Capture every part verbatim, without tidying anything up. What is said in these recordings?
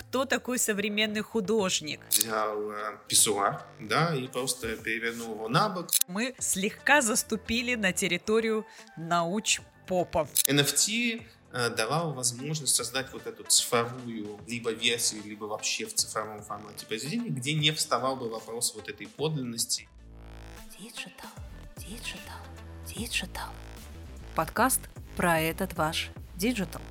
кто такой современный художник. Взял э, писсуар, да, и просто перевернул его на бок. Мы слегка заступили на территорию науч-попа. эн эф ти э, давал возможность создать вот эту цифровую либо версию, либо вообще в цифровом формате произведения, где не вставал бы вопрос вот этой подлинности. Digital, digital, digital. Подкаст про этот ваш Digital.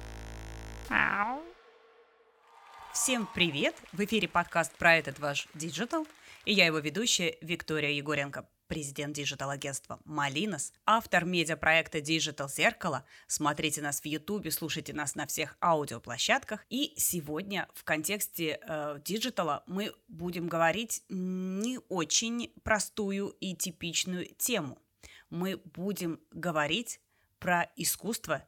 Всем привет! В эфире подкаст про этот ваш Digital, и я его ведущая Виктория Егоренко, президент диджитал-агентства Molinos, автор медиапроекта Digital Зеркало. Смотрите нас в Ютубе, слушайте нас на всех аудиоплощадках. И сегодня в контексте э, диджитала мы будем говорить не очень простую и типичную тему. Мы будем говорить про искусство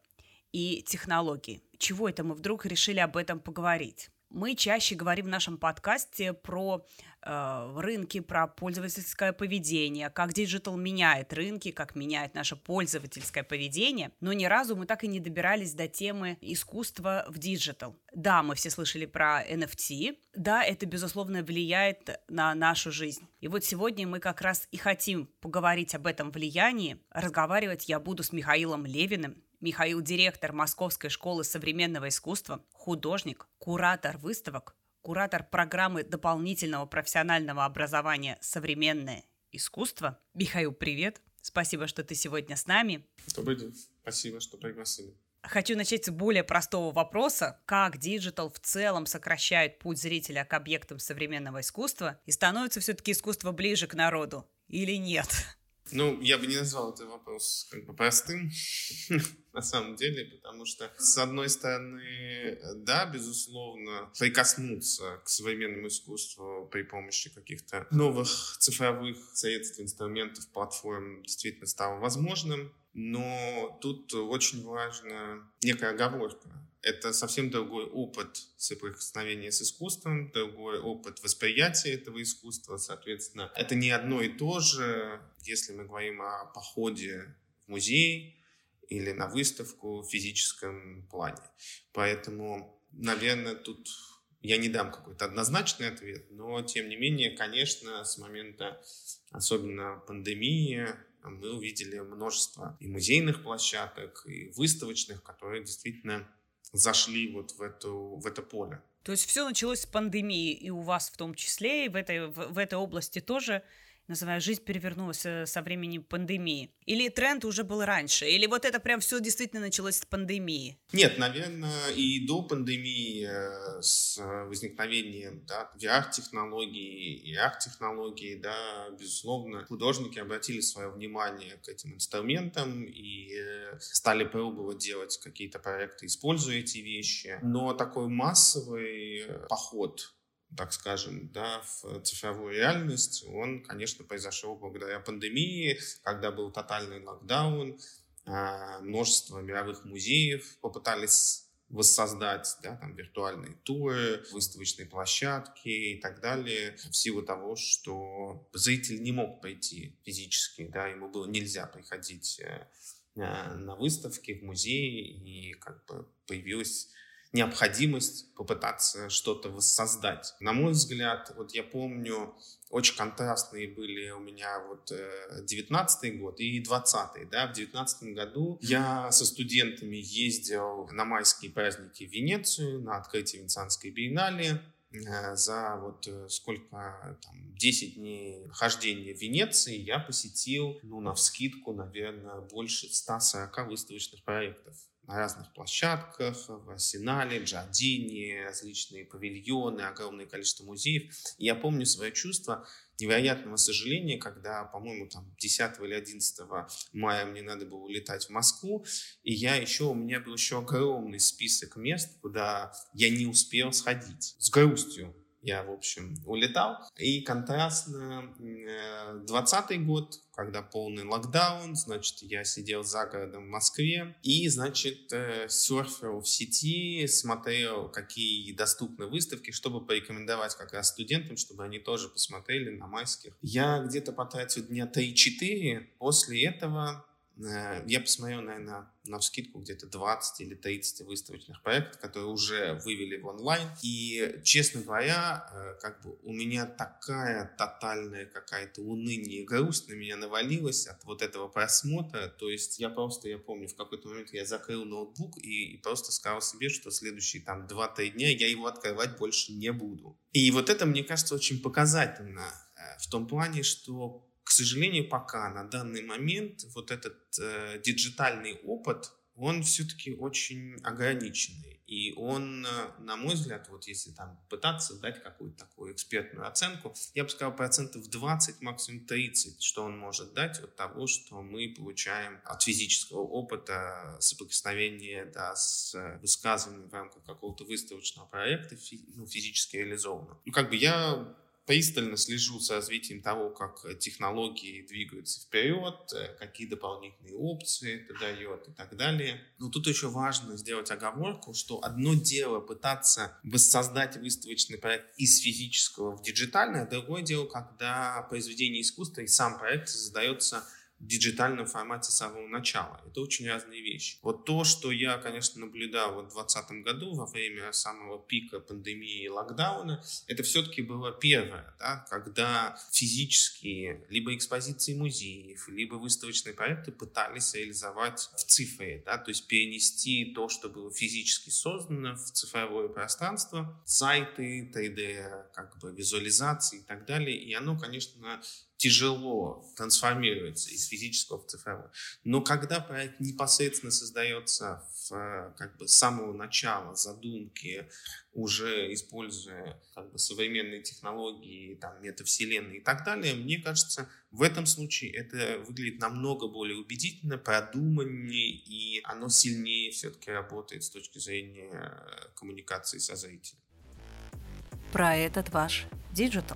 и технологии. Чего это мы вдруг решили об этом поговорить? Мы чаще говорим в нашем подкасте про э, рынки, про пользовательское поведение, как диджитал меняет рынки, как меняет наше пользовательское поведение, но ни разу мы так и не добирались до темы искусства в диджитал. Да, мы все слышали про эн эф ти, да, это, безусловно, влияет на нашу жизнь. И вот сегодня мы как раз и хотим поговорить об этом влиянии. Разговаривать я буду с Михаилом Левиным. Михаил – директор Московской школы современного искусства, художник, куратор выставок, куратор программы дополнительного профессионального образования «Современное искусство». Михаил, привет! Спасибо, что ты сегодня с нами. Добрый день. Спасибо, что пригласили. Хочу начать с более простого вопроса. Как диджитал в целом сокращает путь зрителя к объектам современного искусства и становится все-таки искусство ближе к народу или нет? Ну, я бы не назвал этот вопрос как бы простым, на самом деле, потому что, с одной стороны, да, безусловно, прикоснуться к современному искусству при помощи каких-то новых цифровых средств, инструментов, платформ действительно стало возможным, но тут очень важна некая оговорка. Это совсем другой опыт соприкосновения с искусством, другой опыт восприятия этого искусства, соответственно. Это не одно и то же, если мы говорим о походе в музей или на выставку в физическом плане. Поэтому, наверное, тут я не дам какой-то однозначный ответ, но, тем не менее, конечно, с момента особенно пандемии мы увидели множество и музейных площадок, и выставочных, которые действительно зашли вот в, эту, в это поле. То есть все началось с пандемии, и у вас в том числе, и в этой, в, в этой области тоже, называя, жизнь перевернулась со времени пандемии? Или тренд уже был раньше? Или вот это прям все действительно началось с пандемии? Нет, наверное, и до пандемии с возникновением, да, ви ар-технологий, и ар-технологий, да, безусловно, художники обратили свое внимание к этим инструментам и стали пробовать делать какие-то проекты, используя эти вещи. Но такой массовый поход, так скажем, да, в цифровую реальность, он, конечно, произошел благодаря пандемии, когда был тотальный локдаун, множество мировых музеев попытались воссоздать, да, там, виртуальные туры, выставочные площадки и так далее, в силу того, что зритель не мог пойти физически, да, ему было нельзя приходить на выставки, в музеи, и как бы появилась необходимость попытаться что-то воссоздать. На мой взгляд, вот я помню, очень контрастные были у меня вот девятнадцатый год и двадцатый. Да? В девятнадцатом году я со студентами ездил на майские праздники в Венецию, на открытие Венецианской биеннале. За вот сколько, там, десять дней хождения в Венеции я посетил, ну, навскидку, наверное, больше ста сорока выставочных проектов на разных площадках, в Арсенале, Джардине, различные павильоны, огромное количество музеев. И я помню свое чувство невероятного сожаления, когда, по-моему, там десятого или одиннадцатого мая мне надо было улетать в Москву, и я еще, у меня был еще огромный список мест, куда я не успел сходить. С грустью я, в общем, улетал. И контрастно двадцатый год, когда полный локдаун, значит, я сидел за городом в Москве и, значит, серфил в сети, смотрел, какие доступны выставки, чтобы порекомендовать как раз студентам, чтобы они тоже посмотрели на майских. Я где-то потратил дня три-четыре. После этого Я посмотрел, наверное, навскидку где-то двадцать или тридцать выставочных проектов, которые уже вывели в онлайн. И, честно говоря, как бы у меня такая тотальная какая-то уныние и грусть на меня навалилась от вот этого просмотра. То есть я просто, я помню, в какой-то момент я закрыл ноутбук и, и просто сказал себе, что следующие там два-три дня я его открывать больше не буду. И вот это, мне кажется, очень показательно в том плане, что, к сожалению, пока на данный момент вот этот э, диджитальный опыт, он все-таки очень ограниченный. И он, на мой взгляд, вот если там пытаться дать какую-то такую экспертную оценку, я бы сказал, процентов двадцать, максимум тридцать, что он может дать от того, что мы получаем от физического опыта соприкосновения, да, с высказыванием в рамках какого-то выставочного проекта, фи, ну, физически реализованного. Ну, как бы я пристально слежу за развитием того, как технологии двигаются вперед, какие дополнительные опции это дает и так далее. Но тут еще важно сделать оговорку, что одно дело пытаться воссоздать выставочный проект из физического в диджитальное, а другое дело, когда произведение искусства и сам проект создается в диджитальном формате с самого начала. Это очень разные вещи. Вот то, что я, конечно, наблюдал вот в двадцатом году во время самого пика пандемии и локдауна, это все-таки было первое, да, когда физические либо экспозиции музеев, либо выставочные проекты пытались реализовать в цифре, да, то есть перенести то, что было физически создано, в цифровое пространство, сайты, три дэ, как бы визуализации и так далее. И оно, конечно, тяжело трансформируется из физического в цифровое. Но когда проект непосредственно создается в, как бы, с самого начала задумки, уже используя как бы, современные технологии, там, метавселенные и так далее, мне кажется, в этом случае это выглядит намного более убедительно, продуманнее, и оно сильнее все-таки работает с точки зрения коммуникации со зрителем. Про этот ваш диджитал.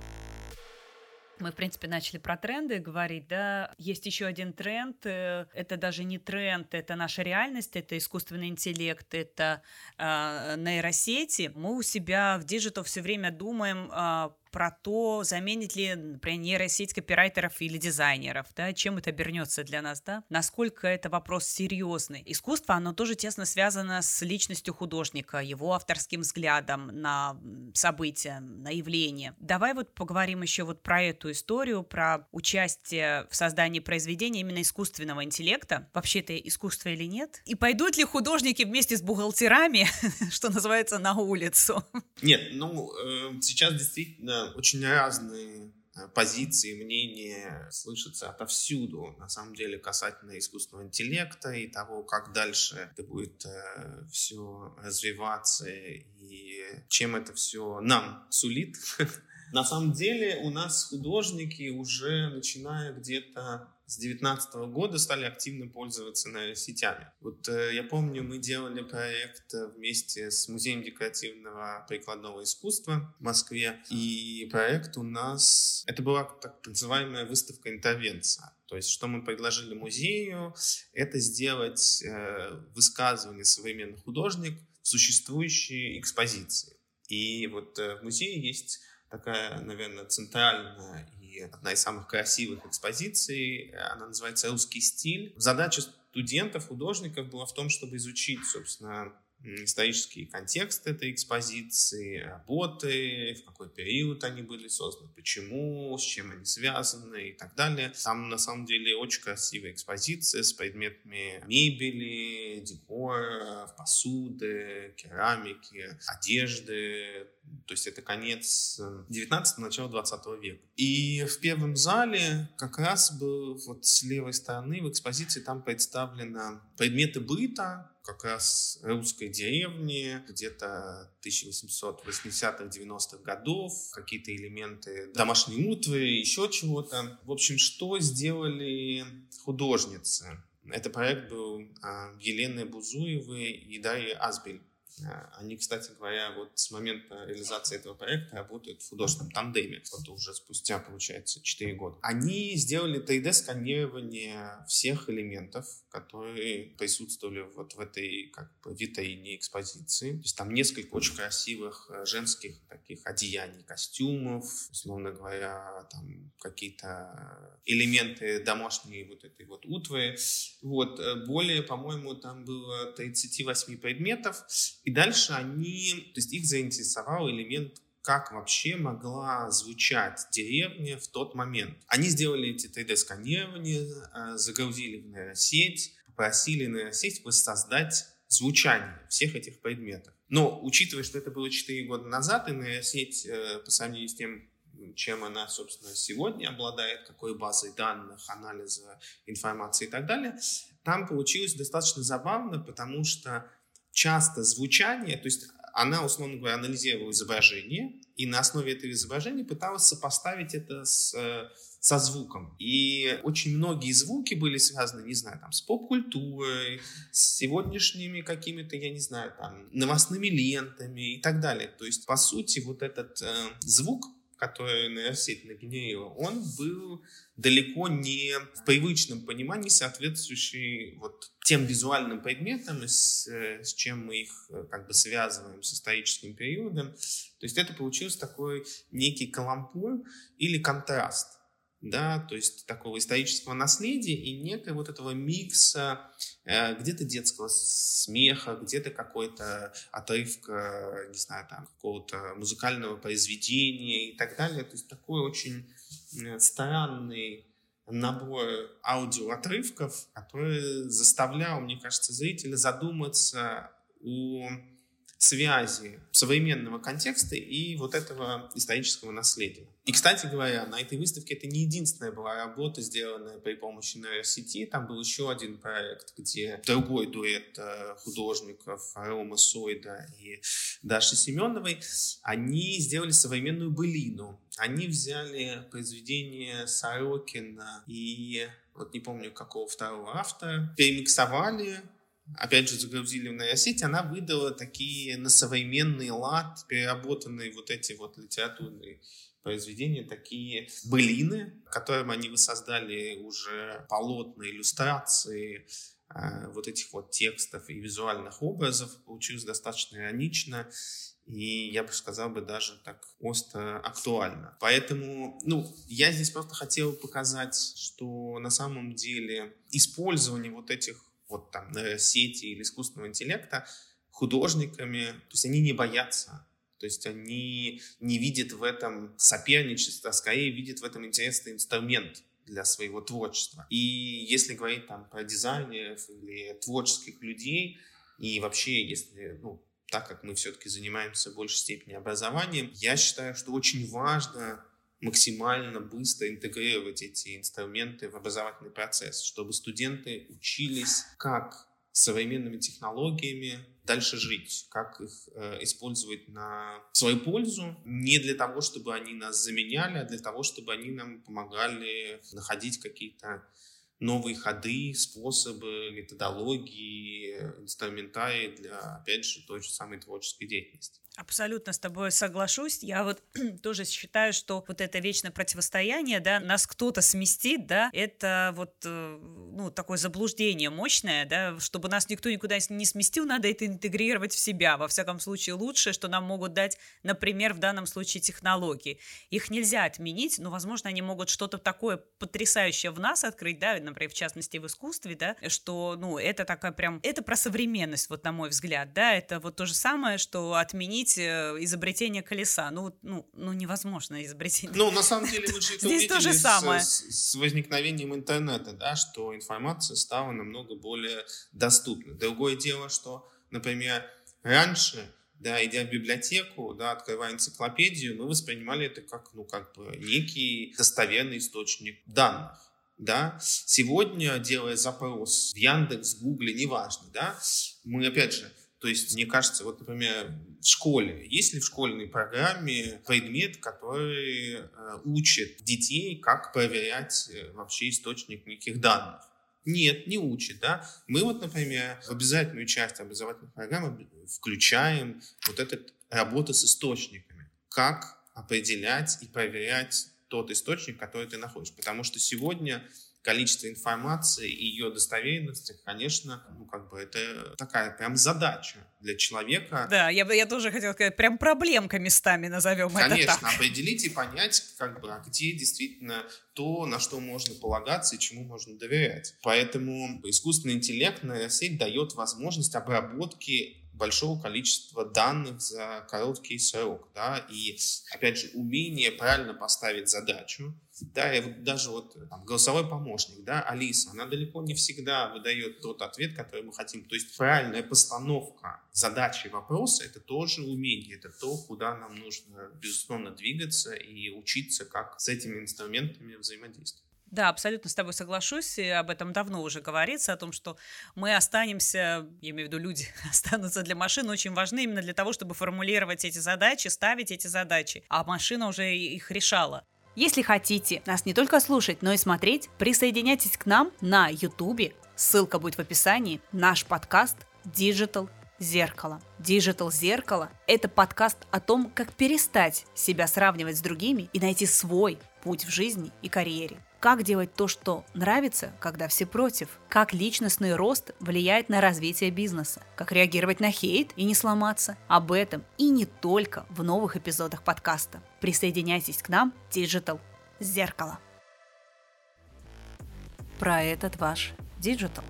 Мы, в принципе, начали про тренды говорить, да. Есть еще один тренд. Это даже не тренд, это наша реальность, это искусственный интеллект, это э, нейросети. Мы у себя в диджитал все время думаем э, про то, заменит ли, например, нейросеть копирайтеров или дизайнеров, да, чем это обернется для нас, да, насколько это вопрос серьезный. Искусство, оно тоже тесно связано с личностью художника, его авторским взглядом на события, на явления. Давай вот поговорим еще вот про эту историю, про участие в создании произведения именно искусственного интеллекта. Вообще это искусство или нет? И пойдут ли художники вместе с бухгалтерами, что называется, на улицу? Нет, ну, э, сейчас действительно очень разные позиции, мнения слышатся отовсюду, на самом деле, касательно искусственного интеллекта и того, как дальше это будет э, все развиваться и чем это все нам сулит. На самом деле у нас художники уже, начиная где-то с две тысячи девятнадцатого года, стали активно пользоваться нейросетями. Вот э, я помню, мы делали проект вместе с Музеем декоративного прикладного искусства в Москве, и проект у нас, это была так называемая выставка-интервенция. То есть, что мы предложили музею, это сделать э, высказывание современных художников в существующие экспозиции. И вот э, в музее есть такая, наверное, центральная и одна из самых красивых экспозиций. Она называется «Русский стиль». Задача студентов, художников была в том, чтобы изучить, собственно, исторический контекст этой экспозиции, работы, в какой период они были созданы, почему, с чем они связаны и так далее. Там, на самом деле, очень красивая экспозиция с предметами мебели, декора, посуды, керамики, одежды. То есть это конец девятнадцатого, начало двадцатого века. И в первом зале как раз был вот с левой стороны в экспозиции там представлены предметы быта, как раз русской деревни, где-то тысяча восемьсот восьмидесятых-девяностых годов, какие-то элементы домашней утвари, еще чего-то. В общем, что сделали художницы? Это проект был Елены Бузуевой и Дарьи Азбель. Они, кстати говоря, вот с момента реализации этого проекта работают в художественном тандеме. Вот уже спустя, получается, четыре года. Они сделали три дэ-сканирование всех элементов, которые присутствовали вот в этой как бы витрине экспозиции. То есть там несколько очень красивых женских таких одеяний, костюмов, условно говоря, там какие-то элементы домашней вот этой вот утвари. Вот. Более, по-моему, там было тридцать восемь предметов. И дальше они, то есть их заинтересовал элемент, как вообще могла звучать деревня в тот момент. Они сделали эти три дэ-сканирования, загрузили в нейросеть, попросили нейросеть воссоздать звучание всех этих предметов. Но, учитывая, что это было четыре года назад, и нейросеть по сравнению с тем, чем она, собственно, сегодня обладает, какой базой данных, анализа информации и так далее, там получилось достаточно забавно, потому что часто звучание, то есть она, условно говоря, анализировала изображение и на основе этого изображения пыталась сопоставить это с, со звуком. И очень многие звуки были связаны, не знаю, там, с поп-культурой, с сегодняшними какими-то, я не знаю, там, новостными лентами и так далее. То есть, по сути, вот этот э, звук, который нейросеть нагенерировала, он был далеко не в привычном понимании соответствующий вот тем визуальным предметам, с, с чем мы их как бы связываем с историческим периодом. То есть это получился такой некий каламбур или контраст, да, то есть такого исторического наследия и некого вот этого микса э, где-то детского смеха, где-то какой-то отрывка, не знаю, там, какого-то музыкального произведения и так далее. То есть такой очень странный набор аудиоотрывков, который заставлял, мне кажется, зрителя задуматься о связи современного контекста и вот этого исторического наследия. И, кстати говоря, на этой выставке это не единственная была работа, сделанная при помощи нейросети. Там был еще один проект, где другой дуэт художников Рома Сойда и Даши Семеновой, они сделали современную былину. Они взяли произведение Сорокина и, вот не помню какого второго автора, перемиксовали, опять же, загрузили в нейросеть, она выдала такие на современный лад, переработанные вот эти вот литературные произведения, такие былины, которым они воссоздали уже полотна, иллюстрации э, вот этих вот текстов и визуальных образов. Получилось достаточно иронично и, я бы сказал, бы даже так остро актуально. Поэтому, ну, я здесь просто хотел показать, что на самом деле использование вот этих вот там нейросети или искусственного интеллекта художниками, то есть они не боятся, то есть они не видят в этом соперничество, а скорее видят в этом интересный инструмент для своего творчества. И если говорить там про дизайнеров или творческих людей, и вообще, если, ну, так как мы все-таки занимаемся в большей степени образованием, я считаю, что очень важно максимально быстро интегрировать эти инструменты в образовательный процесс, чтобы студенты учились, как современными технологиями дальше жить, как их э, использовать на свою пользу, не для того, чтобы они нас заменяли, а для того, чтобы они нам помогали находить какие-то новые ходы, способы, методологии, инструментарии для, опять же, той же самой творческой деятельности. Абсолютно с тобой соглашусь. Я вот тоже считаю, что вот это вечное противостояние, да, нас кто-то сместит, да, это вот, ну, такое заблуждение мощное, да, чтобы нас никто никуда не сместил, надо это интегрировать в себя. Во всяком случае, лучшее, что нам могут дать, например, в данном случае технологии. Их нельзя отменить, но, возможно, они могут что-то такое потрясающее в нас открыть, да, например, в частности, в искусстве, да, что, ну, это такая прям, это про современность, вот на мой взгляд, да, это вот то же самое, что отменить изобретение колеса. Ну, ну, ну невозможно изобретение. Ну, на самом деле, мы же это Здесь то же самое. С, с возникновением интернета, да, что информация стала намного более доступной. Другое дело, что, например, раньше, да, идя в библиотеку, да, открывая энциклопедию, мы воспринимали это как, ну, как бы некий достоверный источник данных. Да? Сегодня, делая запрос в Яндекс, Гугле, неважно, да, мы, опять же, то есть, мне кажется, вот, например, в школе, есть ли в школьной программе предмет, который э, учит детей, как проверять э, вообще источник неких данных? Нет, не учит, да. Мы вот, например, в обязательную часть образовательной программы включаем вот эту работу с источниками. Как определять и проверять тот источник, который ты находишь. Потому что сегодня количество информации и ее достоверности, конечно, ну, как бы это такая прям задача для человека. Да, я, я тоже хотела сказать, прям проблемка местами, назовем конечно, это так. Конечно, определить и понять, как бы, где действительно то, на что можно полагаться и чему можно доверять. Поэтому искусственный интеллект, нейросеть дает возможность обработки большого количества данных за короткий срок, да, и, опять же, умение правильно поставить задачу, да, и вот даже вот там, голосовой помощник, да, Алиса, она далеко не всегда выдает тот ответ, который мы хотим, то есть правильная постановка задачи и вопроса — это тоже умение, это то, куда нам нужно, безусловно, двигаться и учиться, как с этими инструментами взаимодействовать. Да, абсолютно с тобой соглашусь, и об этом давно уже говорится, о том, что мы останемся, я имею в виду люди, останутся для машин очень важны именно для того, чтобы формулировать эти задачи, ставить эти задачи, а машина уже их решала. Если хотите нас не только слушать, но и смотреть, присоединяйтесь к нам на Ютубе, ссылка будет в описании, наш подкаст Digital Зеркало. Digital Зеркало – это подкаст о том, как перестать себя сравнивать с другими и найти свой путь в жизни и карьере. Как делать то, что нравится, когда все против? Как личностный рост влияет на развитие бизнеса? Как реагировать на хейт и не сломаться? Об этом и не только в новых эпизодах подкаста. Присоединяйтесь к нам, Digital Зеркало. Про этот ваш Digital.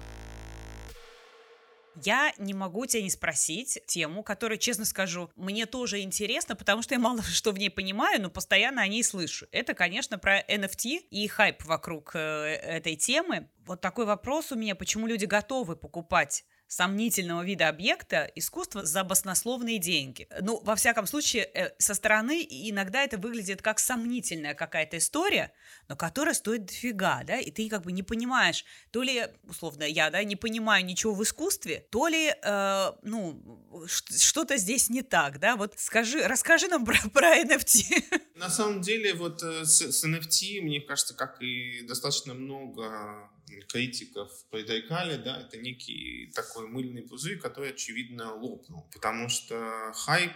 Я не могу тебя не спросить тему, которая, честно скажу, мне тоже интересна, потому что я мало что в ней понимаю, но постоянно о ней слышу. Это, конечно, про эн эф ти и хайп вокруг э, этой темы. Вот такой вопрос у меня, почему люди готовы покупать сомнительного вида объекта искусства за баснословные деньги. Ну, во всяком случае, со стороны иногда это выглядит как сомнительная какая-то история, но которая стоит дофига, да, и ты как бы не понимаешь, то ли, условно, я, да, не понимаю ничего в искусстве, то ли, э, ну, что-то здесь не так, да, вот скажи, расскажи нам про, про эн эф ти. На самом деле, вот с, с эн эф ти, мне кажется, как и достаточно много критиков предрекали, да, это некий такой мыльный пузырь, который, очевидно, лопнул. Потому что хайп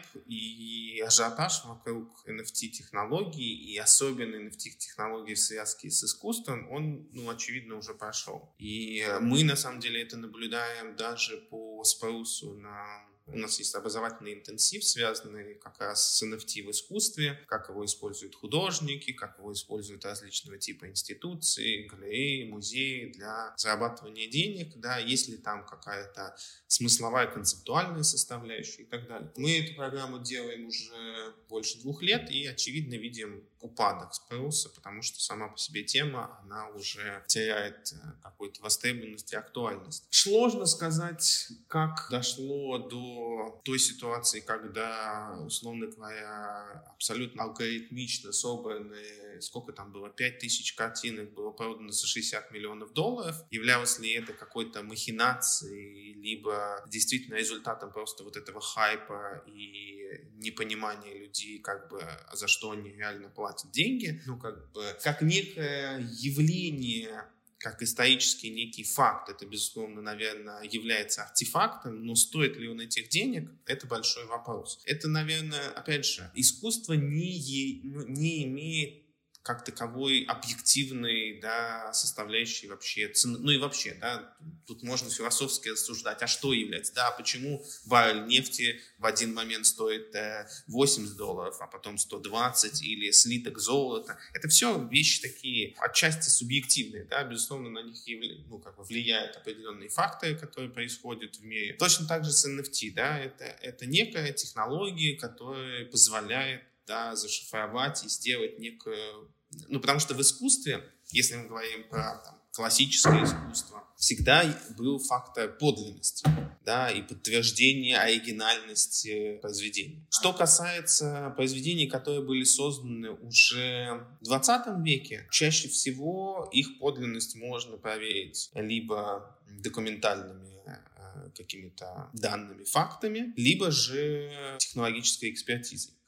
и ажиотаж вокруг эн эф ти-технологий, и особенно эн эф ти-технологий в связке с искусством, он, ну, очевидно, уже прошел. И мы, на самом деле, это наблюдаем даже по спросу на... У нас есть образовательный интенсив, связанный как раз с эн эф ти в искусстве, как его используют художники, как его используют различного типа институции, галереи, музеи для зарабатывания денег, да, есть ли там какая-то смысловая, концептуальная составляющая и так далее. Мы эту программу делаем уже больше двух лет и, очевидно, видим упадок спроса, потому что сама по себе тема, она уже теряет какую-то востребованность и актуальность. Сложно сказать, как дошло до той ситуации, когда, условно говоря, абсолютно алгоритмично собранные, сколько там было, пять тысяч картинок было продано за шестьдесят миллионов долларов. Являлось ли это какой-то махинацией, либо действительно результатом просто вот этого хайпа и непонимания людей, как бы, за что они реально платят деньги, ну, как бы, как некое явление, как исторический некий факт, это, безусловно, наверное, является артефактом, но стоит ли он этих денег, это большой вопрос. Это, наверное, опять же, искусство не, не имеет как таковой объективной, да, составляющей вообще цены. Ну и вообще, да, тут можно философски рассуждать, а что является, да, почему баррель нефти в один момент стоит э, восемьдесят долларов, а потом сто двадцать, или слиток золота. Это все вещи такие отчасти субъективные, да, безусловно, на них явля... ну, как бы влияют определенные факторы, которые происходят в мире. Точно так же с эн эф ти, да, это, это некая технология, которая позволяет, да, зашифровать и сделать некую... Ну, потому что в искусстве, если мы говорим про там, классическое искусство, всегда был фактор подлинности, да, и подтверждения оригинальности произведений. Что касается произведений, которые были созданы уже в двадцатом веке, чаще всего их подлинность можно проверить либо документальными какими-то данными, фактами, либо же технологической экспертизой.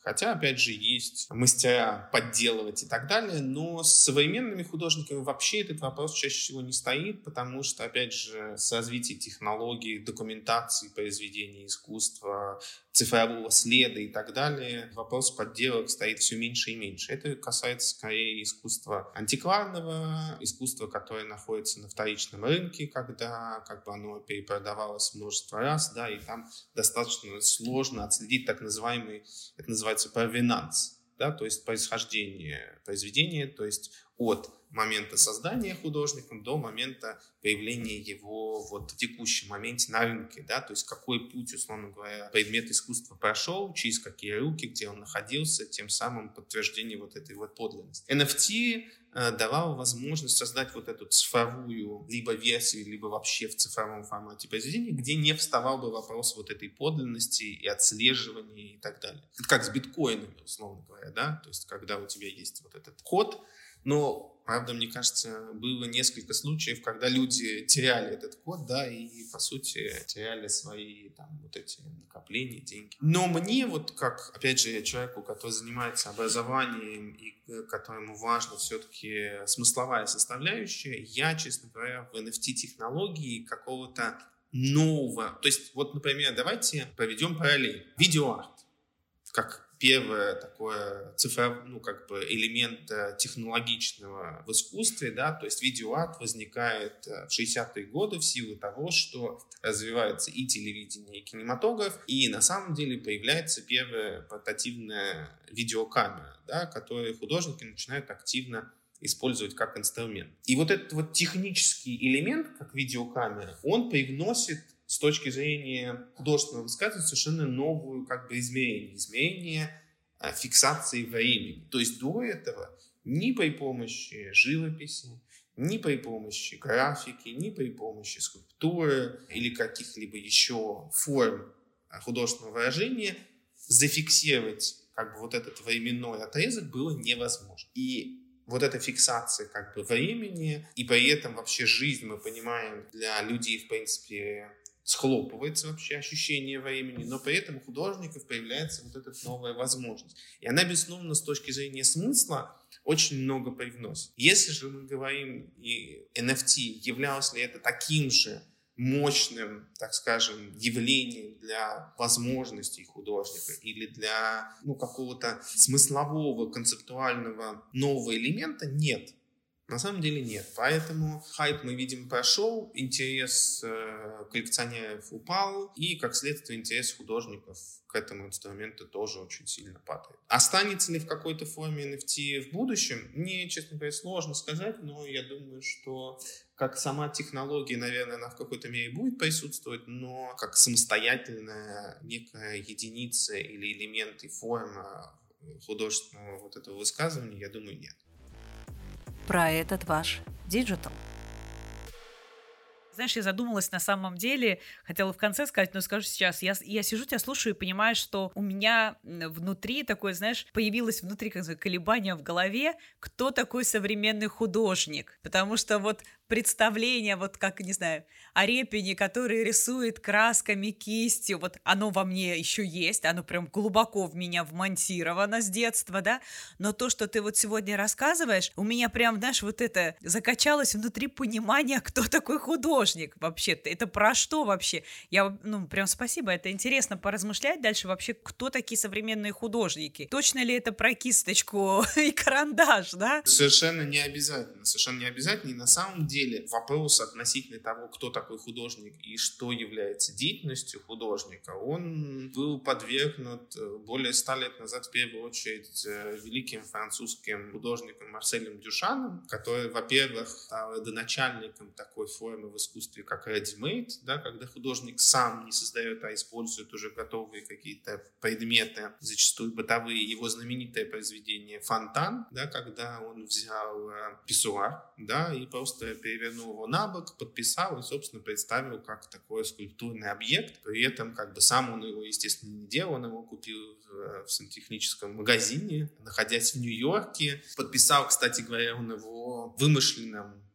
Хотя, опять же, есть мастера подделывать и так далее, но с современными художниками вообще этот вопрос чаще всего не стоит, потому что, опять же, с развитием технологий, документации произведения искусства, цифрового следа и так далее, вопрос подделок стоит все меньше и меньше. Это касается скорее искусства антикварного, искусства, которое находится на вторичном рынке, когда как бы оно перепродавалось множество раз, да, и там достаточно сложно отследить так называемый, это называется провенанс, да, то есть происхождение произведения, то есть от момента создания художником до момента появления его вот в текущем моменте на рынке, да, то есть какой путь, условно говоря, предмет искусства прошел, через какие руки, где он находился, тем самым подтверждение вот этой вот подлинности. эн эф ти э, давал возможность создать вот эту цифровую либо версию, либо вообще в цифровом формате произведения, где не вставал бы вопрос вот этой подлинности и отслеживания и так далее. Это как с биткоинами, условно говоря, да, то есть когда у тебя есть вот этот код. Но, правда, мне кажется, было несколько случаев, когда люди теряли этот код, да, и, по сути, теряли свои там вот эти накопления, деньги. Но мне вот как, опять же, человеку, который занимается образованием и которому важно все-таки смысловая составляющая, я, честно говоря, в эн эф ти-технологии какого-то нового... То есть, вот, например, давайте проведем параллель. Видеоарт, как первое такое цифровой, ну, как бы элемент технологичного в искусстве, да, то есть видеоарт возникает в шестидесятые годы в силу того, что развивается и телевидение, и кинематограф, и на самом деле появляется первая портативная видеокамера, да, которую художники начинают активно использовать как инструмент. И вот этот вот технический элемент, как видеокамера, он привносит с точки зрения художественного высказывания совершенно новую как бы измерение, измерение а, фиксации времени. То есть до этого ни при помощи живописи, ни при помощи графики, ни при помощи скульптуры или каких-либо еще форм художественного выражения зафиксировать как бы вот этот временной отрезок было невозможно. И вот эта фиксация как бы времени, и при этом вообще жизнь, мы понимаем, для людей, в принципе, схлопывается вообще ощущение времени, но при этом у художников появляется вот эта новая возможность. И она, безусловно, с точки зрения смысла очень много привносит. Если же мы говорим, и эн эф ти, являлось ли это таким же мощным, так скажем, явлением для возможностей художника или для ну, какого-то смыслового, концептуального нового элемента, нет. На самом деле нет. Поэтому хайп, мы видим, прошел, интерес э, коллекционеров упал, и, как следствие, интерес художников к этому инструменту тоже очень сильно падает. Останется ли в какой-то форме эн эф ти в будущем? Мне, честно говоря, сложно сказать, но я думаю, что как сама технология, наверное, она в какой-то мере будет присутствовать, но как самостоятельная некая единица или элемент и форма художественного вот этого высказывания, я думаю, нет. Про этот ваш диджитал. Знаешь, я задумалась на самом деле, хотела в конце сказать, но скажу сейчас. Я, я сижу, тебя слушаю и понимаю, что у меня внутри такое, знаешь, появилось внутри как бы колебание в голове, кто такой современный художник. Потому что вот представление, вот как, не знаю, о Репине, который рисует красками, кистью, вот оно во мне еще есть, оно прям глубоко в меня вмонтировано с детства, да, но то, что ты вот сегодня рассказываешь, у меня прям, знаешь, вот это закачалось внутри понимания, кто такой художник вообще, это про что вообще? Я, ну, прям спасибо, это интересно поразмышлять дальше вообще, кто такие современные художники? Точно ли это про кисточку и карандаш, да? Совершенно не обязательно, совершенно не обязательно, и на самом деле вопрос относительно того, кто такой художник и что является деятельностью художника, он был подвергнут более ста лет назад в первую очередь великим французским художником Марселем Дюшаном, который, во-первых, стал родоначальником такой формы в искусстве, как ready-made, да, когда художник сам не создает, а использует уже готовые какие-то предметы, зачастую бытовые. Его знаменитое произведение «Фонтан», да, когда он взял писсуар, да, и просто перевернул его на бок, подписал и, собственно, представил как такой скульптурный объект. При этом как бы сам он его, естественно, не делал, он его купил в сантехническом магазине, находясь в Нью-Йорке. Подписал, кстати говоря, он его вымышленным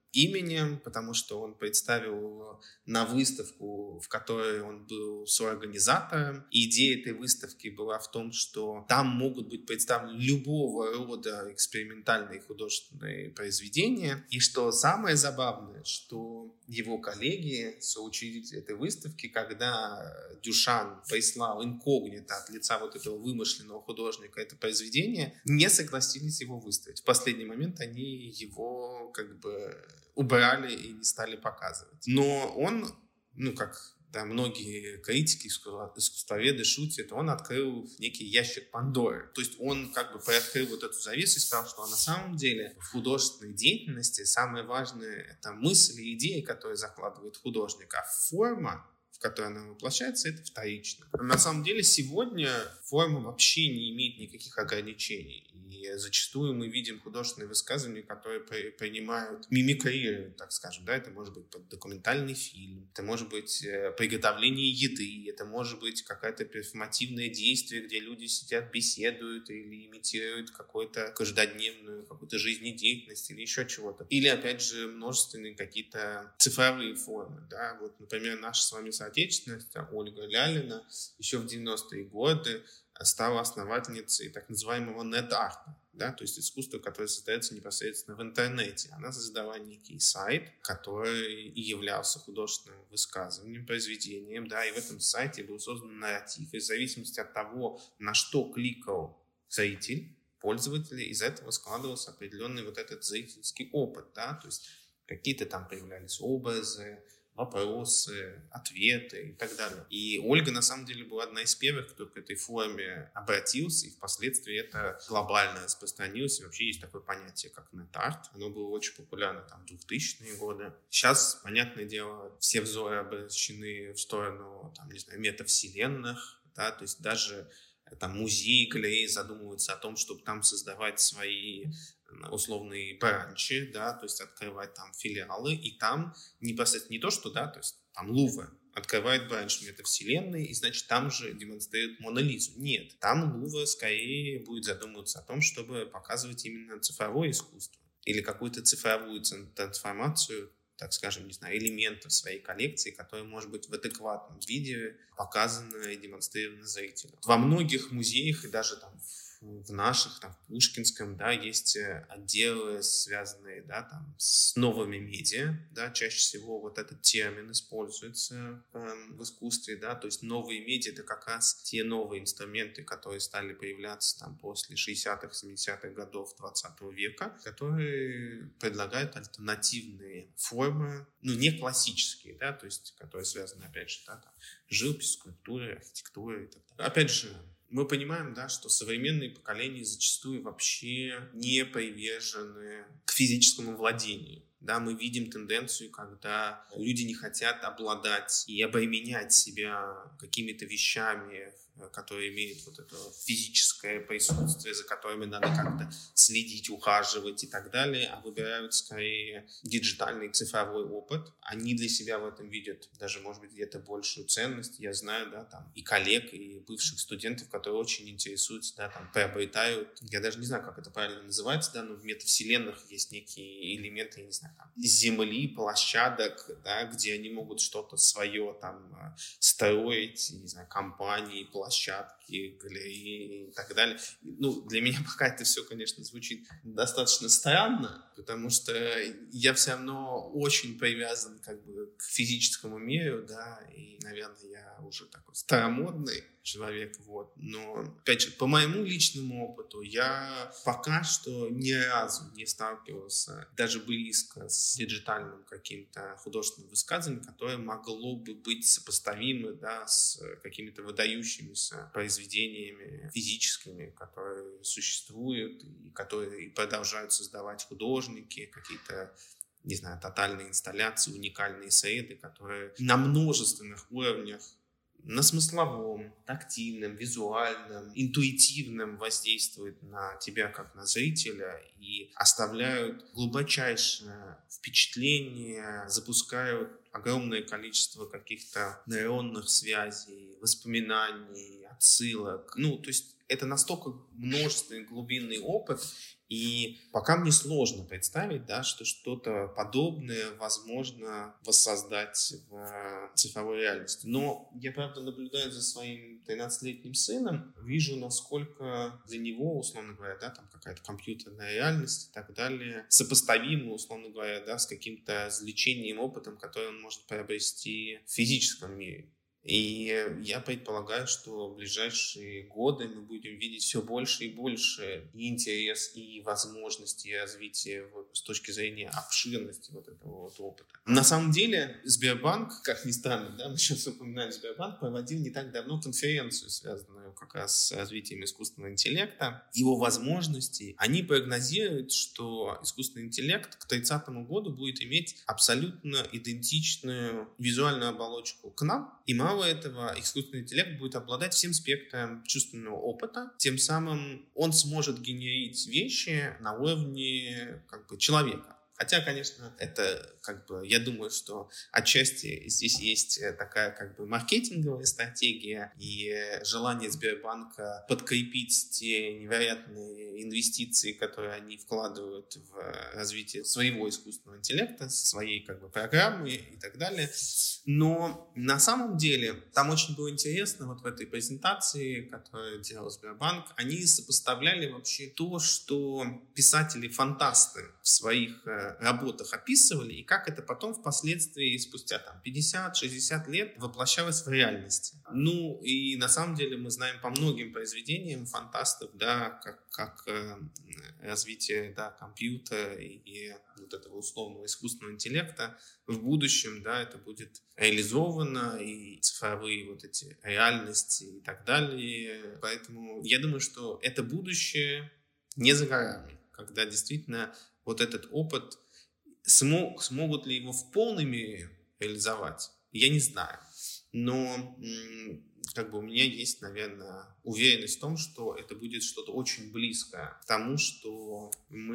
именем, потому что он представил на выставку, в которой он был соорганизатором. И идея этой выставки была в том, что там могут быть представлены любого рода экспериментальные художественные произведения. И что самое забавное, что его коллеги, соучредители этой выставки, когда Дюшан прислал инкогнито от лица вот этого вымышленного художника это произведение, не согласились его выставить. В последний момент они его как бы убрали и не стали показывать. Но он, ну как да, многие критики, искусствоведы шутят, он открыл некий ящик Пандоры. То есть он как бы приоткрыл вот эту завесу и сказал, что на самом деле в художественной деятельности самое важное — это мысль и идеи, которые закладывает художник, а форма, в которой она воплощается, это вторично. На самом деле сегодня форма вообще не имеет никаких ограничений. И зачастую мы видим художественные высказывания, которые при, принимают, мимикрируют, так скажем. Да? Это может быть документальный фильм, это может быть э, приготовление еды, это может быть какое-то перформативное действие, где люди сидят, беседуют или имитируют какую-то каждодневную какую-то жизнедеятельность или еще чего-то. Или, опять же, множественные какие-то цифровые формы. Да? Вот, например, наша с вами соотечественница Ольга Лялина еще в девяностые годы стала основательницей так называемого нет-арта, да, то есть искусство, которое создается непосредственно в интернете. Она создала некий сайт, который и являлся художественным высказыванием, произведением, да, и в этом сайте был создан нарратив, и в зависимости от того, на что кликал зритель, пользователь, из этого складывался определенный вот этот зрительский опыт, да, то есть какие-то там появлялись образы, вопросы, ответы и так далее. И Ольга, на самом деле, была одна из первых, кто к этой форме обратился, и впоследствии это глобально распространилось. И вообще есть такое понятие, как нет-арт. Оно было очень популярно там в двухтысячные годы. Сейчас, понятное дело, все взоры обращены в сторону, там, не знаю, метавселенных, да, то есть даже там музеи, галереи задумываются о том, чтобы там создавать свои условные бранчи, да, то есть открывать там филиалы, и там непосредственно не то, что, да, то есть там Лувр открывает бранч метавселенной, и, значит, там же демонстрирует Мону Лизу. Нет, там Лувр скорее будет задумываться о том, чтобы показывать именно цифровое искусство или какую-то цифровую трансформацию, так скажем, не знаю, элементов своей коллекции, которые, может быть, в адекватном виде показаны и демонстрированы зрителю. Во многих музеях и даже там в наших, там, в Пушкинском, да, есть отделы, связанные, да, там, с новыми медиа, да, чаще всего вот этот термин используется э, в искусстве, да, то есть новые медиа — это как раз те новые инструменты, которые стали появляться там после шестидесятых, семидесятых годов двадцатого века, которые предлагают альтернативные формы, ну, не классические, да, то есть, которые связаны, опять же, да, там, живопись, скульптурой, архитектурой и так далее. Опять же, мы понимаем, да, что современные поколения зачастую вообще не привержены к физическому владению. Да, мы видим тенденцию, когда люди не хотят обладать и обременять себя какими-то вещами, которые имеют вот это физическое присутствие, за которыми надо как-то следить, ухаживать и так далее, а выбирают скорее диджитальный цифровой опыт. Они для себя в этом видят даже, может быть, где-то большую ценность. Я знаю, да, там и коллег, и бывших студентов, которые очень интересуются, да, там приобретают, я даже не знаю, как это правильно называется, да, но в метавселенных есть некие элементы, я не знаю, там, земли, площадок, да, где они могут что-то свое там строить, не знаю, компании, площадки, галереи и так далее. Ну, для меня пока это все, конечно, звучит достаточно странно, потому что я все равно очень привязан как бы к физическому миру, да, и, наверное, я уже такой старомодный человек, вот. Но, опять же, по моему личному опыту я пока что ни разу не сталкивался даже близко с диджитальным каким-то художественным высказыванием, которое могло бы быть сопоставимо, да, с какими-то выдающимися произведениями физическими, которые существуют и которые продолжают создавать художники, какие-то, не знаю, тотальные инсталляции, уникальные среды, которые на множественных уровнях, на смысловом, тактильном, визуальном, интуитивном воздействуют на тебя как на зрителя и оставляют глубочайшее впечатление, запускают огромное количество каких-то нейронных связей, воспоминаний, отсылок. Ну, то есть это настолько множественный глубинный опыт, и пока мне сложно представить, да, что что-то подобное возможно воссоздать в цифровой реальности. Но я, правда, наблюдаю за своим тринадцатилетним сыном, вижу, насколько для него, условно говоря, да, там какая-то компьютерная реальность и так далее, сопоставима, условно говоря, да, с каким-то извлечением, опытом, который он может приобрести в физическом мире. И я предполагаю, что в ближайшие годы мы будем видеть все больше и больше и интерес, и возможности, и развития вот, с точки зрения обширности вот этого вот опыта. На самом деле Сбербанк, как ни странно, да, мы сейчас упоминаем Сбербанк, проводил не так давно конференцию, связанную как раз с развитием искусственного интеллекта, его возможностей. Они прогнозируют, что искусственный интеллект к тридцатому году будет иметь абсолютно идентичную визуальную оболочку к нам, и мало этого, искусственный интеллект будет обладать всем спектром чувственного опыта, тем самым он сможет генерить вещи на уровне как бы, человека. Хотя, конечно, это, как бы, я думаю, что отчасти здесь есть такая, как бы, маркетинговая стратегия и желание Сбербанка подкрепить те невероятные инвестиции, которые они вкладывают в развитие своего искусственного интеллекта, своей, как бы, программы и так далее. Но на самом деле там очень было интересно вот в этой презентации, которую делал Сбербанк, они сопоставляли вообще то, что писатели-фантасты в своих работах описывали, и как это потом впоследствии, спустя там, пятьдесят-шестьдесят лет, воплощалось в реальности. Ну, и на самом деле мы знаем по многим произведениям фантастов, да, как, как э, развитие, да, компьютера и, и вот этого условного искусственного интеллекта в будущем, да, это будет реализовано, и цифровые вот эти реальности и так далее. Поэтому я думаю, что это будущее не за горами, когда действительно вот этот опыт, смог, смогут ли его в полной мере реализовать, я не знаю. Но как бы у меня есть, наверное, уверенность в том, что это будет что-то очень близкое к тому, что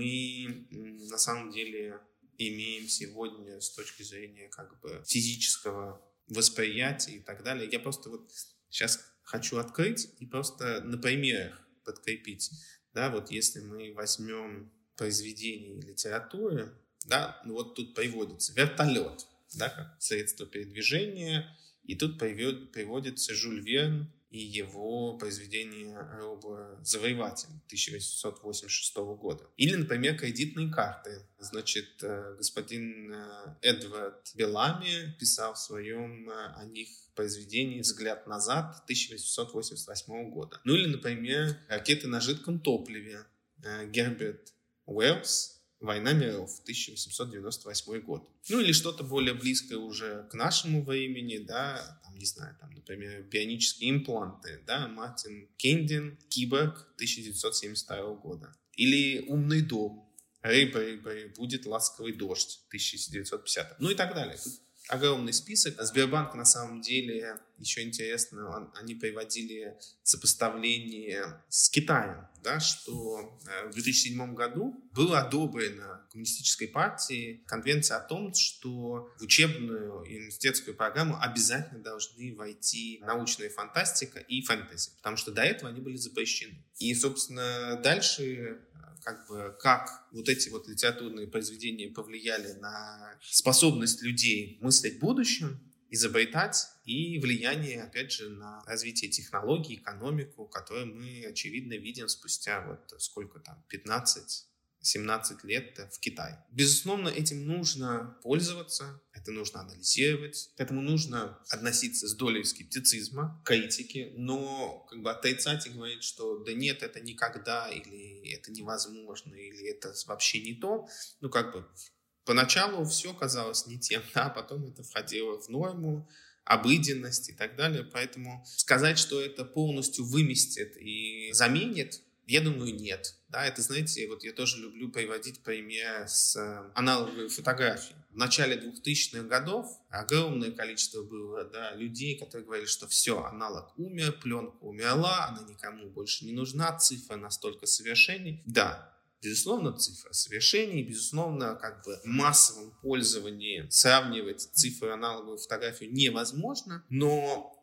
мы на самом деле имеем сегодня с точки зрения как бы физического восприятия и так далее. Я просто вот сейчас хочу открыть и просто на примерах подкрепить. Да, вот если мы возьмем произведений литературы, да, ну вот тут приводится вертолет, да, как средство передвижения, и тут приводится Жюль Верн и его произведение «Робо-завоеватель» тысяча восемьсот восемьдесят шестого года. Или, например, кредитные карты. Значит, господин Эдвард Беллами писал в своем о них произведении «Взгляд назад» тысяча восемьсот восемьдесят восьмого года. Ну или, например, ракеты на жидком топливе. Герберт Уэллс «Война миров» тысяча восемьсот девяносто восьмой год. Ну или что-то более близкое уже к нашему времени, да, там, не знаю, там, например, бионические импланты, да, Мартин Кендин «Киборг» тысяча девятьсот семьдесят второго года. Или «Умный дом», «Рыба, рыба, будет ласковый дождь» тысяча девятьсот пятидесятого. Ну и так далее. Тут огромный список. Сбербанк, на самом деле, еще интересно, они приводили сопоставление с Китаем, да, что в две тысячи седьмом году была одобрена Коммунистической партией конвенция о том, что в учебную и университетскую программу обязательно должны войти научная фантастика и фэнтези, потому что до этого они были запрещены. И, собственно, дальше как бы как вот эти вот литературные произведения повлияли на способность людей мыслить будущем, изобретать и влияние, опять же, на развитие технологий, экономику, которую мы, очевидно, видим спустя вот сколько там, пятнадцать-семнадцать лет в Китае. Безусловно, этим нужно пользоваться, это нужно анализировать, к этому нужно относиться с долей скептицизма, критики, но как бы отрицать и говорить, что да нет, это никогда, или это невозможно, или это вообще не то, ну как бы поначалу все казалось не тем, а потом это входило в норму, обыденность и так далее, поэтому сказать, что это полностью выместит и заменит, я думаю, нет. Да, это, знаете, вот я тоже люблю приводить пример с аналоговой фотографией. В начале двухтысячных годов огромное количество было, да, людей, которые говорили, что все, аналог умер, пленка умерла, она никому больше не нужна, цифра настолько совершенней. Да, безусловно, цифра совершенней, безусловно, как бы в массовом пользовании сравнивать цифры аналоговой фотографии невозможно, но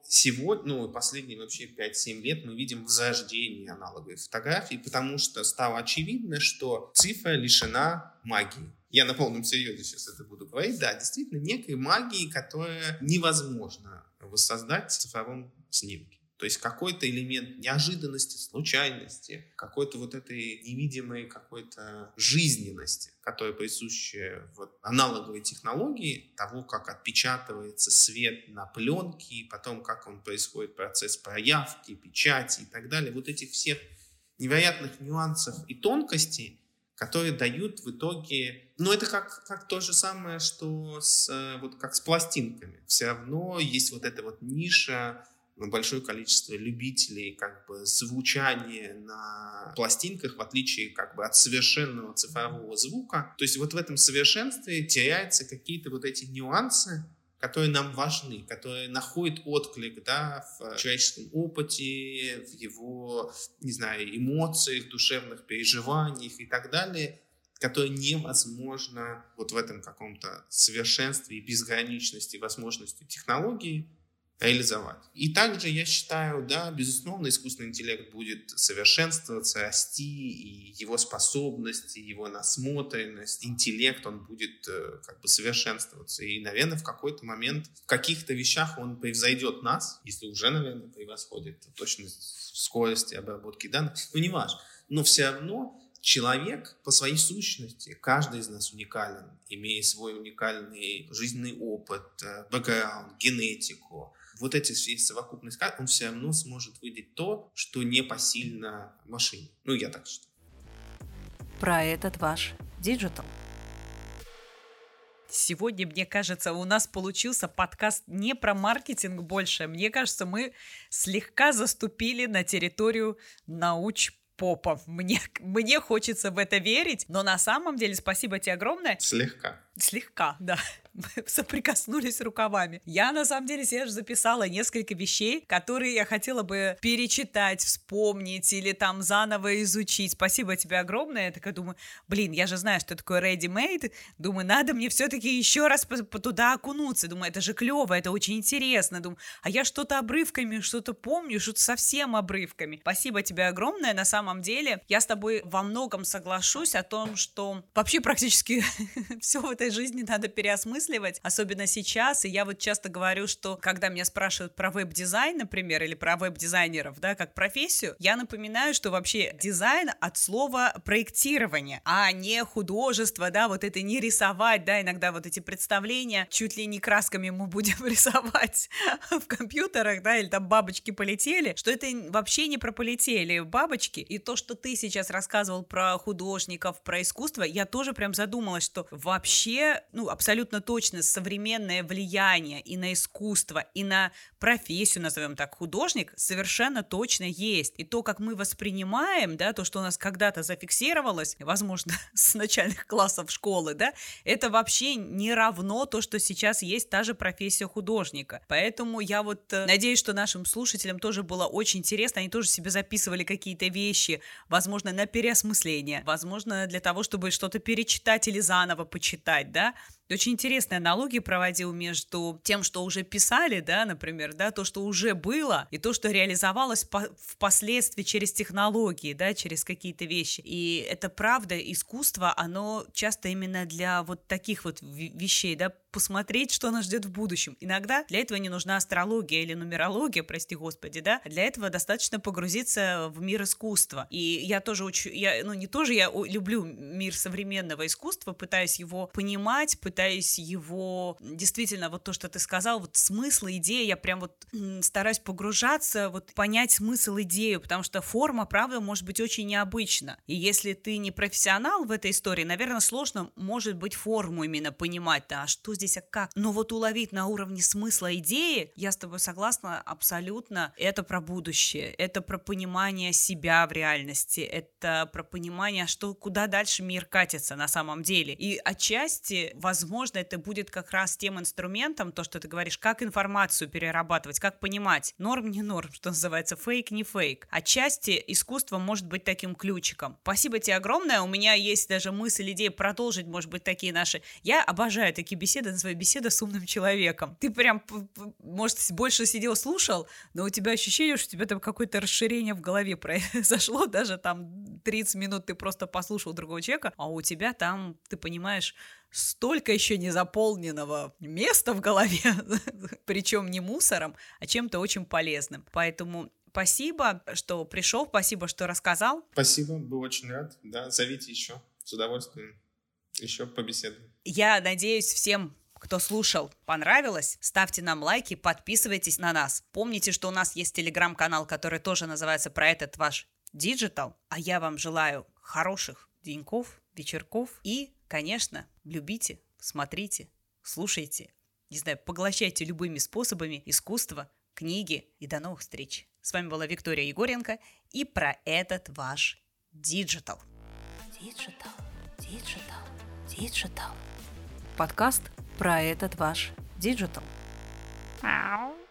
сегодня, ну, последние вообще пять-семь лет мы видим возрождение аналоговой фотографии, потому что стало очевидно, что цифра лишена магии. Я на полном серьезе сейчас это буду говорить. Да, действительно, некой магии, которая невозможно воссоздать в цифровом снимке. То есть какой-то элемент неожиданности, случайности, какой-то вот этой невидимой какой-то жизненности, которая присуща вот аналоговой технологии, того, как отпечатывается свет на пленке, и потом как он происходит процесс проявки, печати и так далее. Вот этих всех невероятных нюансов и тонкостей, которые дают в итоге... Ну, это как, как то же самое, что с, вот как с пластинками. Все равно есть вот эта вот ниша, большое количество любителей как бы звучания на пластинках, в отличие как бы от совершенного цифрового звука. То есть вот в этом совершенстве теряются какие-то вот эти нюансы, которые нам важны, которые находят отклик, да, в человеческом опыте, в его, не знаю, эмоциях, душевных переживаниях и так далее, которые невозможно вот в этом каком-то совершенстве и безграничности возможностей технологии реализовать. И также я считаю, да, безусловно, искусственный интеллект будет совершенствоваться, расти, и его способности, его насмотренность, интеллект, он будет э, как бы совершенствоваться. И, наверное, в какой-то момент в каких-то вещах он превзойдет нас, если уже, наверное, превосходит точность, скорости обработки данных, ну, не важно. Но все равно человек по своей сущности, каждый из нас уникален, имея свой уникальный жизненный опыт, бэкграунд, генетику. Вот эти все совокупность, он все равно сможет выдать то, что непосильно машине. Ну, я так считаю. Про этот ваш диджитал. Сегодня, мне кажется, у нас получился подкаст не про маркетинг больше. Мне кажется, мы слегка заступили на территорию науч-попа. Мне, мне хочется в это верить, но на самом деле спасибо тебе огромное. Слегка. Слегка, да. Мы соприкоснулись рукавами. Я, на самом деле, себе записала несколько вещей, которые я хотела бы перечитать, вспомнить или там заново изучить. Спасибо тебе огромное. Я такая думаю, блин, я же знаю, что такое ready-made. Думаю, надо мне все-таки еще раз туда окунуться. Думаю, это же клево, это очень интересно. Думаю, а я что-то обрывками, что-то помню, что-то совсем обрывками. Спасибо тебе огромное. На самом деле, я с тобой во многом соглашусь о том, что вообще практически все в этой жизни надо переосмыслить, особенно сейчас, и я вот часто говорю, что когда меня спрашивают про веб-дизайн, например, или про веб-дизайнеров, да, как профессию, я напоминаю, что вообще дизайн от слова проектирование, а не художество, да, вот это не рисовать, да, иногда вот эти представления, чуть ли не красками мы будем рисовать в компьютерах, да, или там бабочки полетели, что это вообще не про полетели бабочки, и то, что ты сейчас рассказывал про художников, про искусство, я тоже прям задумалась, что вообще, ну, абсолютно точно современное влияние и на искусство, и на профессию, назовем так, художник, совершенно точно есть. И то, как мы воспринимаем, да, то, что у нас когда-то зафиксировалось, возможно, с начальных классов школы, да, это вообще не равно то, что сейчас есть та же профессия художника. Поэтому я вот э, надеюсь, что нашим слушателям тоже было очень интересно, они тоже себе записывали какие-то вещи, возможно, на переосмысление, возможно, для того, чтобы что-то перечитать или заново почитать, да. Очень интересные аналогии проводил между тем, что уже писали, да, например, да, то, что уже было, и то, что реализовалось по- впоследствии через технологии, да, через какие-то вещи. И это правда, искусство, оно часто именно для вот таких вот вещей, да, посмотреть, что нас ждет в будущем. Иногда для этого не нужна астрология или нумерология, прости господи, да, для этого достаточно погрузиться в мир искусства. И я тоже учу, я, ну не тоже, я люблю мир современного искусства, пытаюсь его понимать, пытаюсь его, действительно, вот то, что ты сказал, вот смысл, идея, я прям вот стараюсь погружаться, вот понять смысл, идею, потому что форма, правда, может быть очень необычна. И если ты не профессионал в этой истории, наверное, сложно, может быть, форму именно понимать, да, что здесь, а как. Но вот уловить на уровне смысла идеи, я с тобой согласна абсолютно, это про будущее, это про понимание себя в реальности, это про понимание, что куда дальше мир катится на самом деле. И отчасти, возможно, возможно, это будет как раз тем инструментом, то, что ты говоришь, как информацию перерабатывать, как понимать, норм, не норм, что называется, фейк, не фейк. Отчасти искусство может быть таким ключиком. Спасибо тебе огромное, у меня есть даже мысль, идея продолжить, может быть, такие наши... Я обожаю такие беседы, называю беседа с умным человеком. Ты прям, может, больше сидел, слушал, но у тебя ощущение, что у тебя там какое-то расширение в голове произошло, даже там тридцать минут ты просто послушал другого человека, а у тебя там, ты понимаешь, столько еще незаполненного места в голове, причем не мусором, а чем-то очень полезным. Поэтому спасибо, что пришел, спасибо, что рассказал. Спасибо, был очень рад. Да, зовите еще, с удовольствием еще побеседуем. Я надеюсь, всем, кто слушал, понравилось. Ставьте нам лайки, подписывайтесь на нас. Помните, что у нас есть телеграм-канал, который тоже называется «Про этот ваш Digital». А я вам желаю хороших деньков, вечерков и, конечно, любите, смотрите, слушайте, не знаю, поглощайте любыми способами искусство, книги и до новых встреч. С вами была Виктория Егоренко и «Про этот ваш Digital». Digital, Digital, Digital. Подкаст «Про этот ваш Digital».